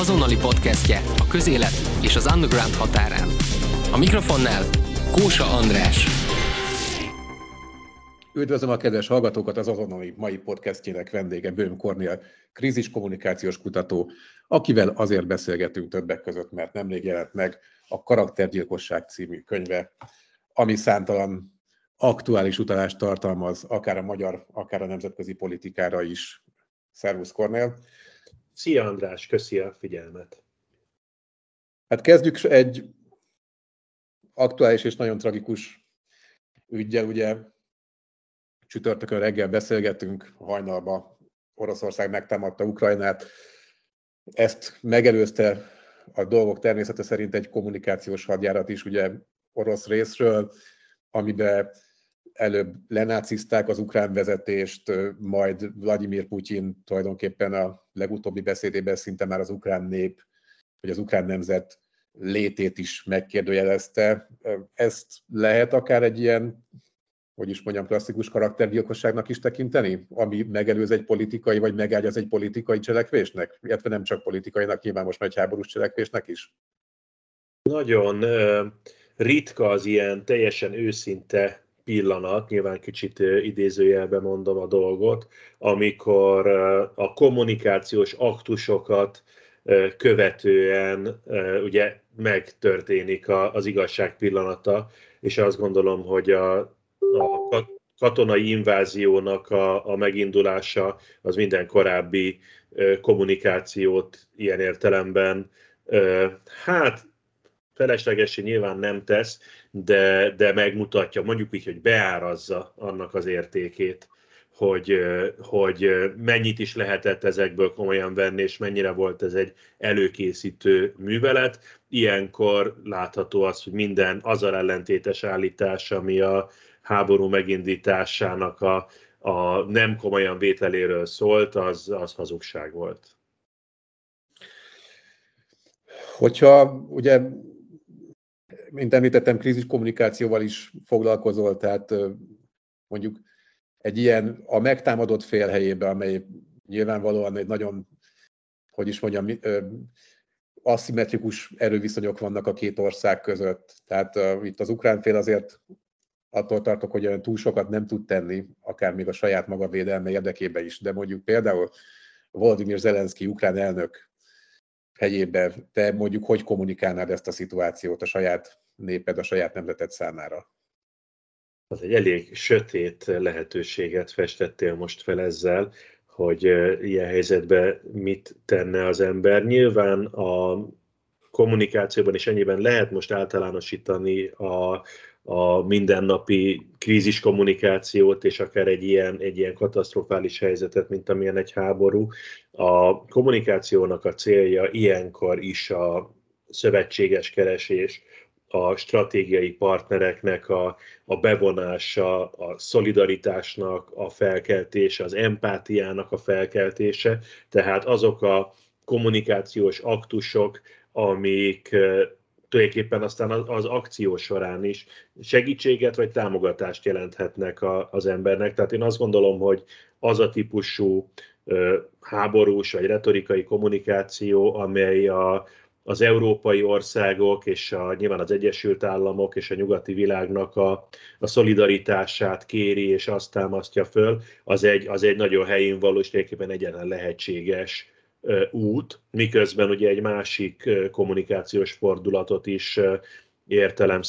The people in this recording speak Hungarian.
azonnali podcastje a közélet és az underground határán. A mikrofonnál Kósa András. Üdvözlöm a kedves hallgatókat, az azonnali mai podcastjének vendége Böhm Kornél, krízis kommunikációs kutató, akivel azért beszélgetünk többek között, mert nemrég jelent meg a Karaktergyilkosság című könyve, ami számtalan aktuális utalást tartalmaz, akár a magyar, akár a nemzetközi politikára is. Szervusz Kornél! Szia András, köszi a figyelmet! Hát kezdjük egy aktuális és nagyon tragikus üggyel, ugye csütörtökön reggel beszélgettünk, hajnalban Oroszország megtámadta Ukrajnát. Ezt megelőzte a dolgok természete szerint egy kommunikációs hadjárat is, ugye orosz részről, amiben előbb lenácizták az ukrán vezetést, majd Vladimir Putyin tulajdonképpen a legutóbbi beszédében szinte már az ukrán nép, vagy az ukrán nemzet létét is megkérdőjelezte. Ezt lehet akár egy ilyen, hogy is mondjam, klasszikus karaktergyilkosságnak is tekinteni, ami megelőz egy politikai, vagy megágyaz egy politikai cselekvésnek, illetve nem csak politikainak, nyilván most már egy háborús cselekvésnek is? Nagyon ritka az ilyen teljesen őszinte pillanat, nyilván kicsit idézőjelben mondom a dolgot, amikor a kommunikációs aktusokat követően ugye megtörténik az igazság pillanata, és azt gondolom, hogy a katonai inváziónak a megindulása az minden korábbi kommunikációt ilyen értelemben feleslegessé nyilván nem tesz, de megmutatja, mondjuk így, hogy beárazza annak az értékét, hogy mennyit is lehetett ezekből komolyan venni, és mennyire volt ez egy előkészítő művelet. Ilyenkor látható az, hogy minden azzal ellentétes állítás, ami a háború megindításának a nem komolyan vételéről szólt, az hazugság volt. Hogyha ugye, mint említettem, krízis kommunikációval is foglalkozol, tehát mondjuk egy ilyen a megtámadott fél helyébe, amely nyilvánvalóan egy nagyon, hogy is mondjam, aszimmetrikus erőviszonyok vannak a két ország között. Tehát itt az ukrán fél azért attól tartok, hogy olyan túl sokat nem tud tenni, akár még a saját maga védelme érdekében is, de mondjuk például Volodymyr Zelenszky ukrán elnök helyében te mondjuk hogy kommunikálnád ezt a szituációt a saját néped, a saját nemzeted számára? Az egy elég sötét lehetőséget festettél most fel ezzel, hogy ilyen helyzetben mit tenne az ember. Nyilván a kommunikációban is ennyiben lehet most általánosítani a mindennapi krízis kommunikációt, és akár egy ilyen katasztrofális helyzetet, mint amilyen egy háború. A kommunikációnak a célja ilyenkor is a szövetséges keresés, a stratégiai partnereknek a bevonása, a szolidaritásnak a felkeltése, az empátiának a felkeltése, tehát azok a kommunikációs aktusok, amik tulajdonképpen aztán az akció során is segítséget vagy támogatást jelenthetnek az embernek. Tehát én azt gondolom, hogy az a típusú háborús vagy retorikai kommunikáció, amely az európai országok és nyilván az Egyesült Államok és a nyugati világnak a szolidaritását kéri és azt támasztja föl, az egy nagyon helyén való és tulajdonképpen egyetlen lehetséges út, miközben ugye egy másik kommunikációs fordulatot is értelemszerűen